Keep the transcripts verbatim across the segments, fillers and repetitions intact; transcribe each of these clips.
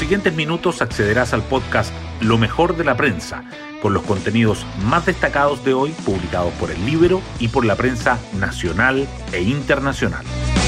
siguientes minutos accederás al podcast Lo mejor de la prensa, con los contenidos más destacados de hoy publicados por El Líbero y por la prensa nacional e internacional.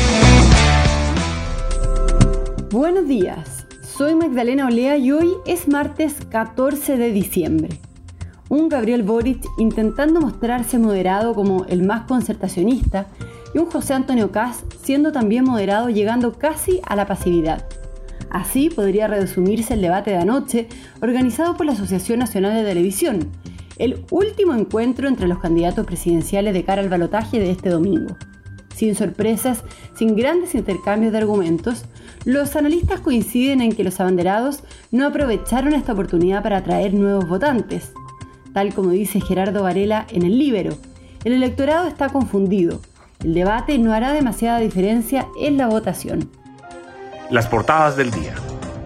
Buenos días, soy Magdalena Olea y hoy es martes catorce de diciembre. Un Gabriel Boric intentando mostrarse moderado como el más concertacionista y un José Antonio Kast siendo también moderado, llegando casi a la pasividad. Así podría resumirse el debate de anoche organizado por la Asociación Nacional de Televisión, el último encuentro entre los candidatos presidenciales de cara al balotaje de este domingo. Sin sorpresas, sin grandes intercambios de argumentos, los analistas coinciden en que los abanderados no aprovecharon esta oportunidad para atraer nuevos votantes. Tal como dice Gerardo Varela en El Líbero, el electorado está confundido. El debate no hará demasiada diferencia en la votación. Las portadas del día.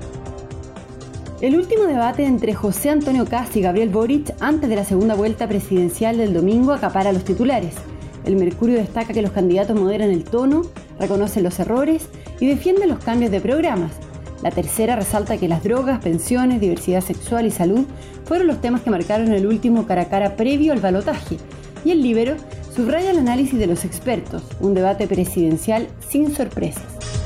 El último debate entre José Antonio Kast y Gabriel Boric antes de la segunda vuelta presidencial del domingo acapara los titulares. El Mercurio destaca que los candidatos moderan el tono, reconocen los errores y defienden los cambios de programas. La Tercera resalta que las drogas, pensiones, diversidad sexual y salud fueron los temas que marcaron el último cara a cara previo al balotaje. Y El Líbero subraya el análisis de los expertos, un debate presidencial sin sorpresas.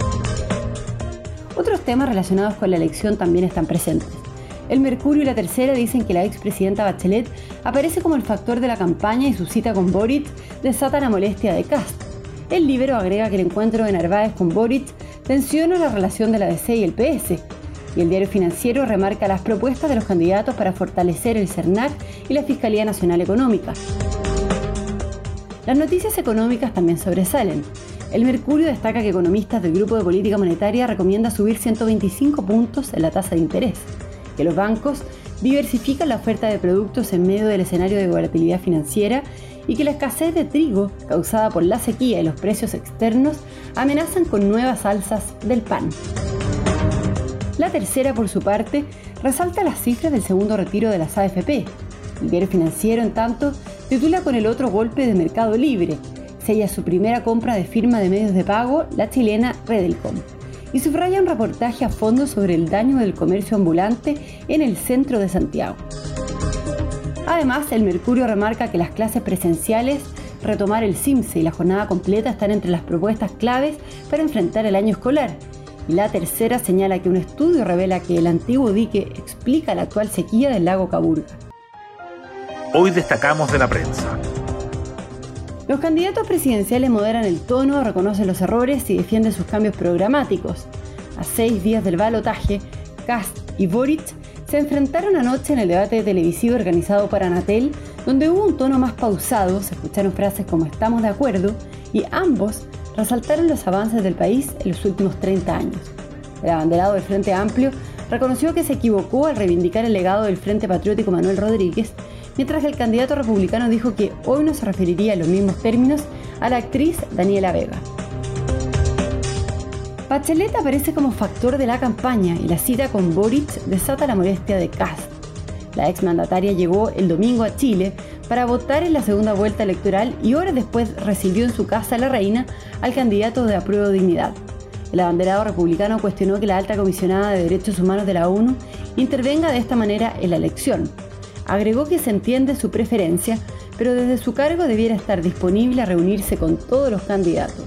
Otros temas relacionados con la elección también están presentes. El Mercurio y La Tercera dicen que la expresidenta Bachelet aparece como el factor de la campaña y su cita con Boric desata la molestia de Kast. El Líbero agrega que el encuentro de Narváez con Boric tensiona la relación de la D C y el P S. Y el Diario Financiero remarca las propuestas de los candidatos para fortalecer el CERNAC y la Fiscalía Nacional Económica. Las noticias económicas también sobresalen. El Mercurio destaca que economistas del Grupo de Política Monetaria recomiendan subir ciento veinticinco puntos en la tasa de interés, que los bancos diversifican la oferta de productos en medio del escenario de volatilidad financiera y que la escasez de trigo causada por la sequía y los precios externos amenazan con nuevas alzas del pan. La Tercera, por su parte, resalta las cifras del segundo retiro de las A F P. El Diario Financiero, en tanto, titula con el otro golpe de Mercado Libre. Sella su primera compra de firma de medios de pago, la chilena Redelcom, y subraya un reportaje a fondo sobre el daño del comercio ambulante en el centro de Santiago. Además, el Mercurio remarca que las clases presenciales, retomar el CIMSE y la jornada completa están entre las propuestas claves para enfrentar el año escolar. Y La Tercera señala que un estudio revela que el antiguo dique explica la actual sequía del lago Caburga. Hoy destacamos de la prensa. Los candidatos presidenciales moderan el tono, reconocen los errores y defienden sus cambios programáticos. A seis días del balotaje, Kast y Boric se enfrentaron anoche en el debate televisivo organizado por Anatel, donde hubo un tono más pausado, se escucharon frases como "estamos de acuerdo", y ambos resaltaron los avances del país en los últimos treinta años. El abanderado del Frente Amplio reconoció que se equivocó al reivindicar el legado del Frente Patriótico Manuel Rodríguez, mientras que el candidato republicano dijo que hoy no se referiría en los mismos términos a la actriz Daniela Vega. Bachelet aparece como factor de la campaña y la cita con Boric desata la molestia de Kast. La exmandataria llegó el domingo a Chile para votar en la segunda vuelta electoral y horas después recibió en su casa a la reina al candidato de Apruebo Dignidad. El abanderado republicano cuestionó que la alta comisionada de Derechos Humanos de la ONU intervenga de esta manera en la elección. Agregó que se entiende su preferencia, pero desde su cargo debiera estar disponible a reunirse con todos los candidatos.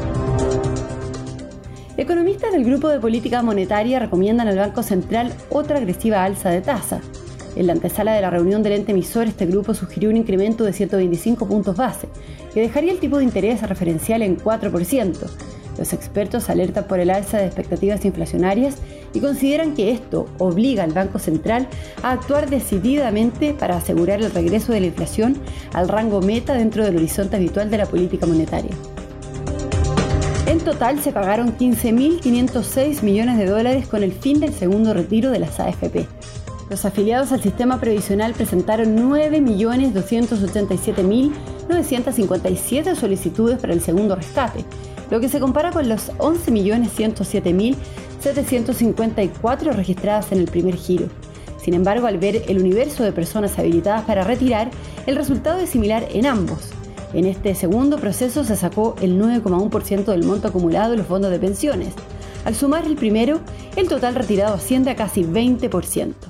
Economistas del Grupo de Política Monetaria recomiendan al Banco Central otra agresiva alza de tasa. En la antesala de la reunión del ente emisor, este grupo sugirió un incremento de ciento veinticinco puntos base, que dejaría el tipo de interés referencial en cuatro por ciento. Los expertos alertan por el alza de expectativas inflacionarias y consideran que esto obliga al Banco Central a actuar decididamente para asegurar el regreso de la inflación al rango meta dentro del horizonte habitual de la política monetaria. En total se pagaron quince mil quinientos seis millones de dólares con el fin del segundo retiro de las A F P. Los afiliados al sistema previsional presentaron nueve millones doscientos ochenta y siete mil novecientos cincuenta y siete solicitudes para el segundo rescate, lo que se compara con los once millones ciento siete mil setecientos cincuenta y cuatro registradas en el primer giro. Sin embargo, al ver el universo de personas habilitadas para retirar, el resultado es similar en ambos. En este segundo proceso se sacó el nueve coma uno por ciento del monto acumulado en los fondos de pensiones. Al sumar el primero, el total retirado asciende a casi veinte por ciento.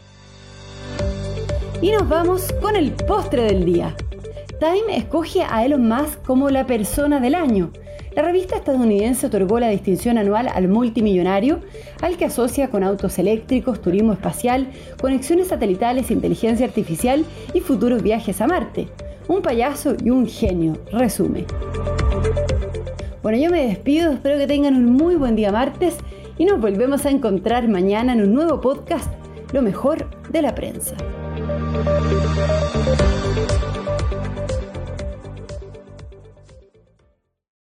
Y nos vamos con el postre del día. Time escoge a Elon Musk como la persona del año. La revista estadounidense otorgó la distinción anual al multimillonario, al que asocia con autos eléctricos, turismo espacial, conexiones satelitales, inteligencia artificial y futuros viajes a Marte. Un payaso y un genio, resume. Bueno, yo me despido, espero que tengan un muy buen día martes y nos volvemos a encontrar mañana en un nuevo podcast, Lo mejor de la prensa.